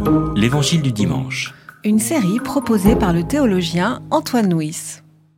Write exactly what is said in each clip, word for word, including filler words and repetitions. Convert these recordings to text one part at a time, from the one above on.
L'Évangile du dimanche. Une série proposée par le théologien Antoine Nuis.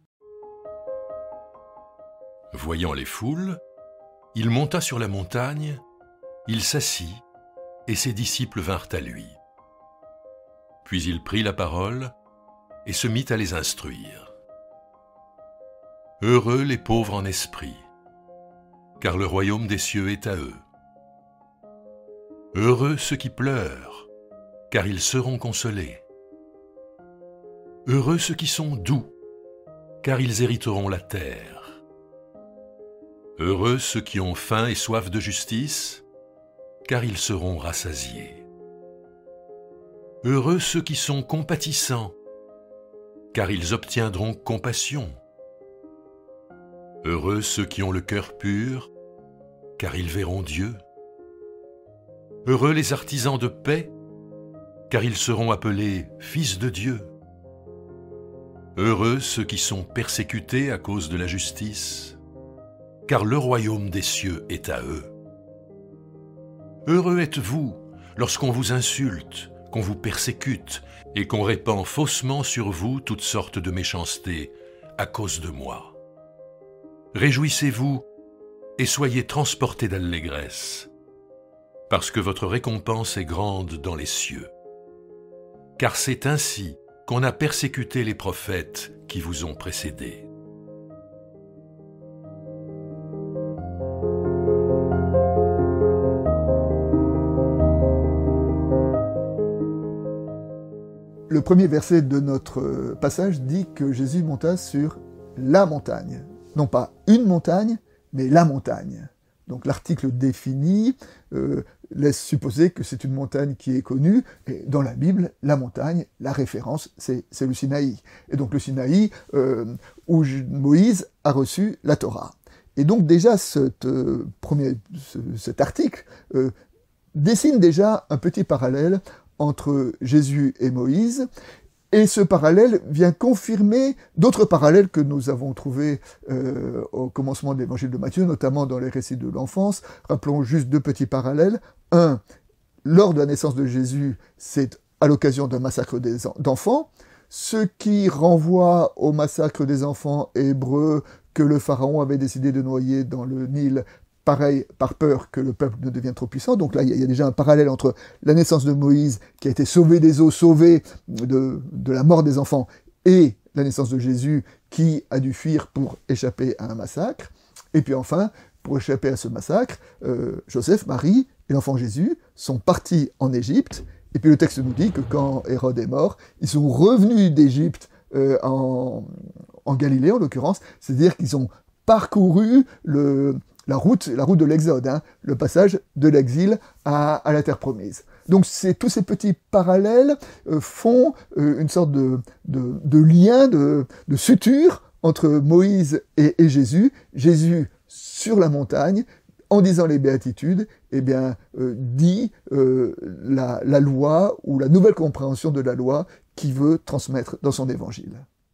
Voyant les foules, il monta sur la montagne, il s'assit, et ses disciples vinrent à lui. Puis il prit la parole et se mit à les instruire. Heureux les pauvres en esprit, car le royaume des cieux est à eux. Heureux ceux qui pleurent, car ils seront consolés. Heureux ceux qui sont doux, car ils hériteront la terre. Heureux ceux qui ont faim et soif de justice, car ils seront rassasiés. Heureux ceux qui sont compatissants, car ils obtiendront compassion. Heureux ceux qui ont le cœur pur, car ils verront Dieu. Heureux les artisans de paix, car ils seront appelés fils de Dieu. Heureux ceux qui sont persécutés à cause de la justice, car le royaume des cieux est à eux. Heureux êtes-vous lorsqu'on vous insulte, qu'on vous persécute et qu'on répand faussement sur vous toutes sortes de méchancetés à cause de moi. Réjouissez-vous et soyez transportés d'allégresse, parce que votre récompense est grande dans les cieux. Car c'est ainsi qu'on a persécuté les prophètes qui vous ont précédés. Le premier verset de notre passage dit que Jésus monta sur la montagne. Non pas une montagne, mais la montagne. Donc l'article défini euh, laisse supposer que c'est une montagne qui est connue. Et dans la Bible, la montagne, la référence, c'est, c'est le Sinaï. Et donc le Sinaï, euh, où Moïse a reçu la Torah. Et donc déjà, cette, euh, premier, ce, cet article euh, dessine déjà un petit parallèle entre Jésus et Moïse, et ce parallèle vient confirmer d'autres parallèles que nous avons trouvés euh, au commencement de l'évangile de Matthieu, notamment dans les récits de l'enfance. Rappelons juste deux petits parallèles. Un, lors de la naissance de Jésus, c'est à l'occasion d'un massacre des, d'enfants, ce qui renvoie au massacre des enfants hébreux que le pharaon avait décidé de noyer dans le Nil, pareil, par peur que le peuple ne devienne trop puissant. Donc là, il y, y a déjà un parallèle entre la naissance de Moïse, qui a été sauvé des eaux, sauvé de, de la mort des enfants, et la naissance de Jésus, qui a dû fuir pour échapper à un massacre. Et puis enfin, pour échapper à ce massacre, euh, Joseph, Marie et l'enfant Jésus sont partis en Égypte. Et puis le texte nous dit que quand Hérode est mort, ils sont revenus d'Égypte euh, en, en Galilée, en l'occurrence. C'est-à-dire qu'ils ont parcouru le... La route, la route de l'Exode, hein, le passage de l'exil à, à la terre promise. Donc c'est, tous ces petits parallèles euh, font euh, une sorte de, de, de lien, de, de suture entre Moïse et, et Jésus. Jésus sur la montagne, en disant les béatitudes, eh bien, euh, dit euh, la, la loi ou la nouvelle compréhension de la loi qu'il veut transmettre dans son évangile.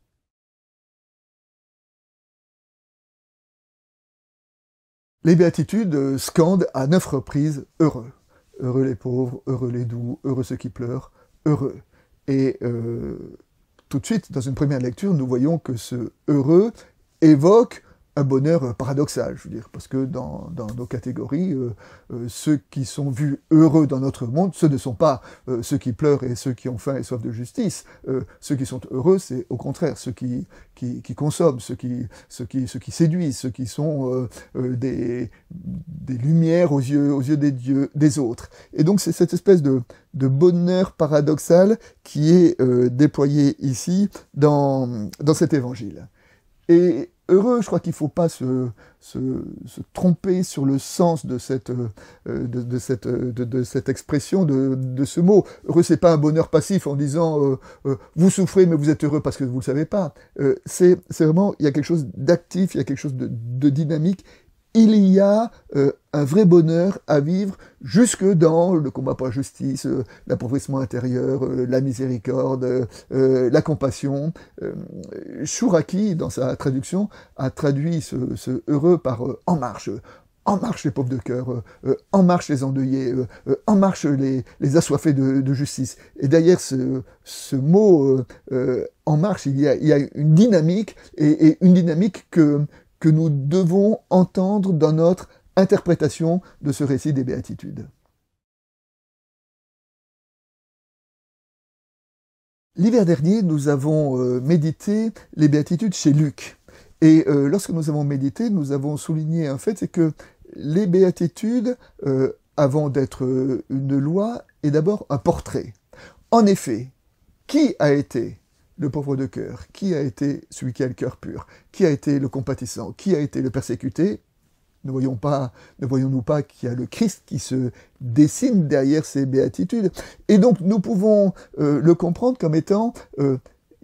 Les béatitudes scandent à neuf reprises « heureux ». Heureux les pauvres, heureux les doux, heureux ceux qui pleurent, heureux. Et euh, tout de suite, dans une première lecture, nous voyons que ce « heureux » évoque un bonheur paradoxal, je veux dire, parce que dans, dans nos catégories, euh, euh, ceux qui sont vus heureux dans notre monde, ce ne sont pas euh, ceux qui pleurent et ceux qui ont faim et soif de justice. Euh, ceux qui sont heureux, c'est au contraire ceux qui, qui, qui consomment, ceux qui, ceux, qui, ceux qui séduisent, ceux qui sont euh, euh, des, des lumières aux yeux, aux yeux des dieux, des autres. Et donc c'est cette espèce de, de bonheur paradoxal qui est euh, déployé ici dans, dans cet évangile. Et heureux, je crois qu'il ne faut pas se, se, se tromper sur le sens de cette, euh, de, de, cette, de, de cette expression, de, de ce mot. Heureux, c'est pas un bonheur passif en disant euh, euh, vous souffrez mais vous êtes heureux parce que vous ne le savez pas. Euh, c'est, c'est vraiment, il y a quelque chose d'actif, il y a quelque chose de, de dynamique. Il y a euh, un vrai bonheur à vivre jusque dans le combat pour la justice, euh, l'appauvrissement intérieur, euh, la miséricorde, euh, la compassion. Euh, Chouraki, dans sa traduction, a traduit ce, ce heureux par euh, « en marche ». en marche les pauvres de cœur, euh, euh, en marche les endeuillés, euh, euh, en marche les, les assoiffés de, de justice. Et derrière ce, ce mot euh, euh, en marche, il y, a, il y a une dynamique, et, et une dynamique que, que nous devons entendre dans notre interprétation de ce récit des béatitudes. L'hiver dernier, nous avons euh, médité les béatitudes chez Luc. Et euh, lorsque nous avons médité, nous avons souligné un fait, c'est que les béatitudes, euh, avant d'être une loi, est d'abord un portrait. En effet, qui a été le pauvre de cœur? Qui a été celui qui a le cœur pur? Qui a été le compatissant? Qui a été le persécuté? Ne voyons pas, ne voyons-nous pas qu'il y a le Christ qui se dessine derrière ces béatitudes? Et donc nous pouvons euh, le comprendre comme étant euh,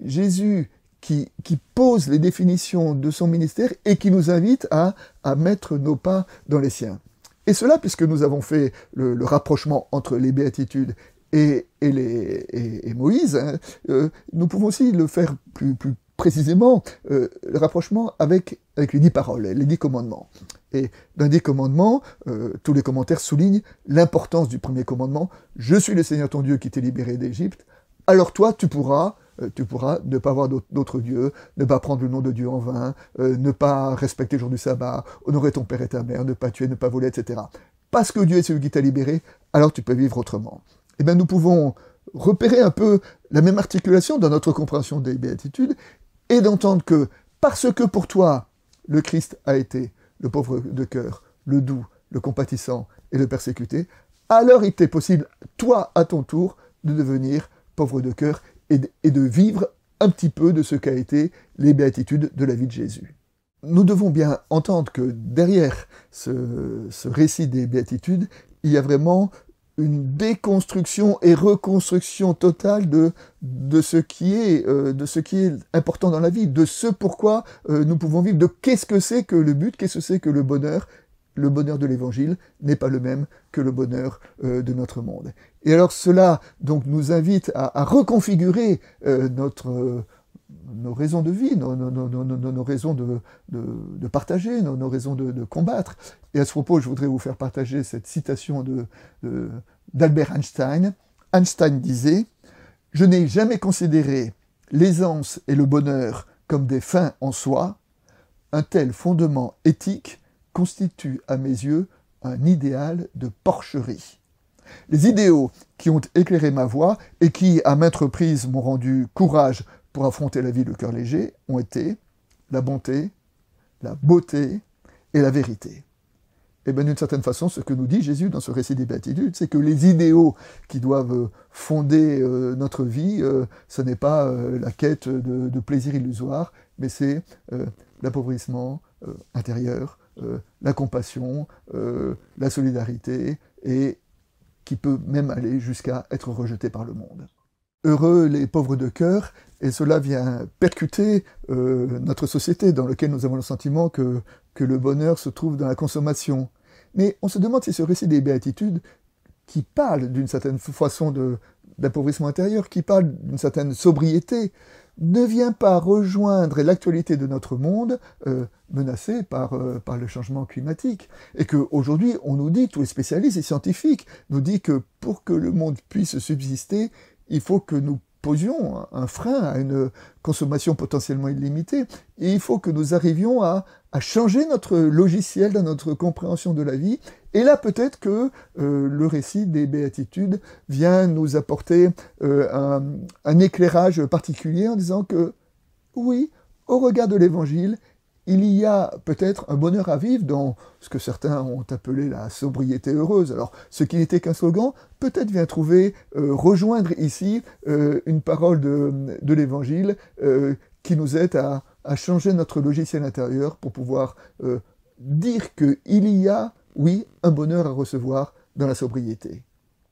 Jésus qui, qui pose les définitions de son ministère et qui nous invite à, à mettre nos pas dans les siens. Et cela, puisque nous avons fait le, le rapprochement entre les béatitudes et, et, les, et, et Moïse, hein, euh, nous pouvons aussi le faire plus, plus précisément, euh, le rapprochement avec, avec les dix paroles, les dix commandements. Et dans les dix commandements, euh, tous les commentaires soulignent l'importance du premier commandement. « Je suis le Seigneur ton Dieu qui t'ai libéré d'Égypte. Alors toi, tu pourras, euh, tu pourras ne pas avoir d'autres dieux, ne pas prendre le nom de Dieu en vain, euh, ne pas respecter le jour du sabbat, honorer ton père et ta mère, ne pas tuer, ne pas voler, et cetera. Parce que Dieu est celui qui t'a libéré, alors tu peux vivre autrement. » Eh bien, nous pouvons repérer un peu la même articulation dans notre compréhension des béatitudes et d'entendre que, parce que pour toi, le Christ a été le pauvre de cœur, le doux, le compatissant et le persécuté, alors il t'est possible, toi, à ton tour, de devenir pauvre de cœur et de, et de vivre un petit peu de ce qu'a été les béatitudes de la vie de Jésus. Nous devons bien entendre que derrière ce, ce récit des béatitudes, il y a vraiment une déconstruction et reconstruction totale de, de, ce qui est, euh, de ce qui est important dans la vie, de ce pourquoi euh, nous pouvons vivre, de qu'est-ce que c'est que le but, qu'est-ce que c'est que le bonheur. Le bonheur de l'Évangile n'est pas le même que le bonheur euh, de notre monde. Et alors cela donc, nous invite à, à reconfigurer euh, notre, euh, nos raisons de vie, nos, nos, nos, nos, nos raisons de, de, de partager, nos, nos raisons de, de combattre. Et à ce propos, je voudrais vous faire partager cette citation de, de, d'Albert Einstein. Einstein disait « Je n'ai jamais considéré l'aisance et le bonheur comme des fins en soi. Un tel fondement éthique constitue à mes yeux un idéal de porcherie. Les idéaux qui ont éclairé ma voie et qui, à maintes reprises, m'ont rendu courage pour affronter la vie le cœur léger, ont été la bonté, la beauté et la vérité. » Et bien d'une certaine façon, ce que nous dit Jésus dans ce récit des Béatitudes, c'est que les idéaux qui doivent fonder euh, notre vie, euh, ce n'est pas euh, la quête de, de plaisir illusoire, mais c'est euh, l'appauvrissement euh, intérieur, euh, la compassion, euh, la solidarité, et qui peut même aller jusqu'à être rejeté par le monde. Heureux les pauvres de cœur, et cela vient percuter euh, notre société dans laquelle nous avons le sentiment que, que le bonheur se trouve dans la consommation. Mais on se demande si ce récit des Béatitudes, qui parle d'une certaine façon de, d'appauvrissement intérieur, qui parle d'une certaine sobriété, ne vient pas rejoindre l'actualité de notre monde euh, menacé par, euh, par le changement climatique. Et qu'aujourd'hui, on nous dit, tous les spécialistes et scientifiques nous disent que pour que le monde puisse subsister, il faut que nous posions un frein à une consommation potentiellement illimitée. Et il faut que nous arrivions à, à changer notre logiciel dans notre compréhension de la vie. Et là, peut-être que euh, le récit des Béatitudes vient nous apporter euh, un, un éclairage particulier en disant que, oui, au regard de l'Évangile, il y a peut-être un bonheur à vivre dans ce que certains ont appelé la sobriété heureuse. Alors, ce qui n'était qu'un slogan, peut-être vient trouver, euh, rejoindre ici euh, une parole de, de l'Évangile euh, qui nous aide à, à changer notre logiciel intérieur pour pouvoir euh, dire qu'il y a, oui, un bonheur à recevoir dans la sobriété.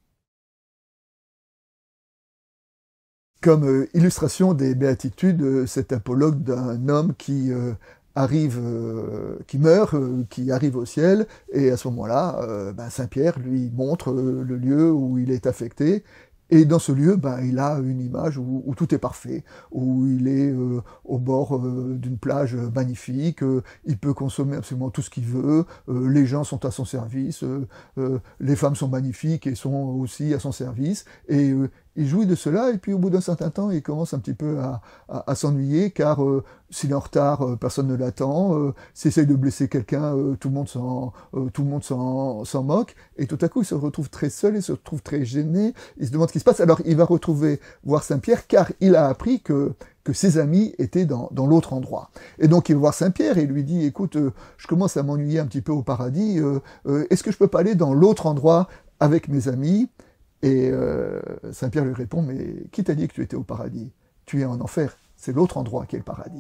Comme euh, illustration des Béatitudes, euh, cet apologue d'un homme qui euh, arrive, euh, qui meurt, euh, qui arrive au ciel, et à ce moment-là, euh, ben Saint Pierre lui montre euh, le lieu où il est affecté, Et dans ce lieu, ben, il a une image où, où tout est parfait, où il est euh, au bord euh, d'une plage magnifique, euh, il peut consommer absolument tout ce qu'il veut, euh, les gens sont à son service, euh, euh, les femmes sont magnifiques et sont aussi à son service, et euh, il jouit de cela, et puis au bout d'un certain temps, il commence un petit peu à, à, à s'ennuyer, car euh, s'il est en retard, euh, personne ne l'attend, euh, s'il essaye de blesser quelqu'un, euh, tout le monde s'en, euh, tout le monde s'en, s'en moque, et tout à coup, il se retrouve très seul, il se retrouve très gêné, il se demande ce qui se passe. Alors, il va retrouver voir Saint-Pierre, car il a appris que, que ses amis étaient dans, dans l'autre endroit. Et donc, il va voir Saint-Pierre et lui dit, écoute, euh, je commence à m'ennuyer un petit peu au paradis, euh, euh, est-ce que je peux pas aller dans l'autre endroit avec mes amis ? Et euh, Saint-Pierre lui répond, mais qui t'a dit que tu étais au paradis ? Tu es en enfer, c'est l'autre endroit qui est le paradis.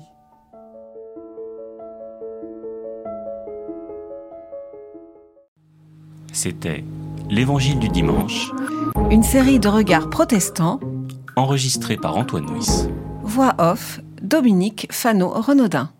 C'était l'Évangile du dimanche, Une série de regards protestants, enregistré par Antoine Nuis. voix off, Dominique Fano-Renaudin.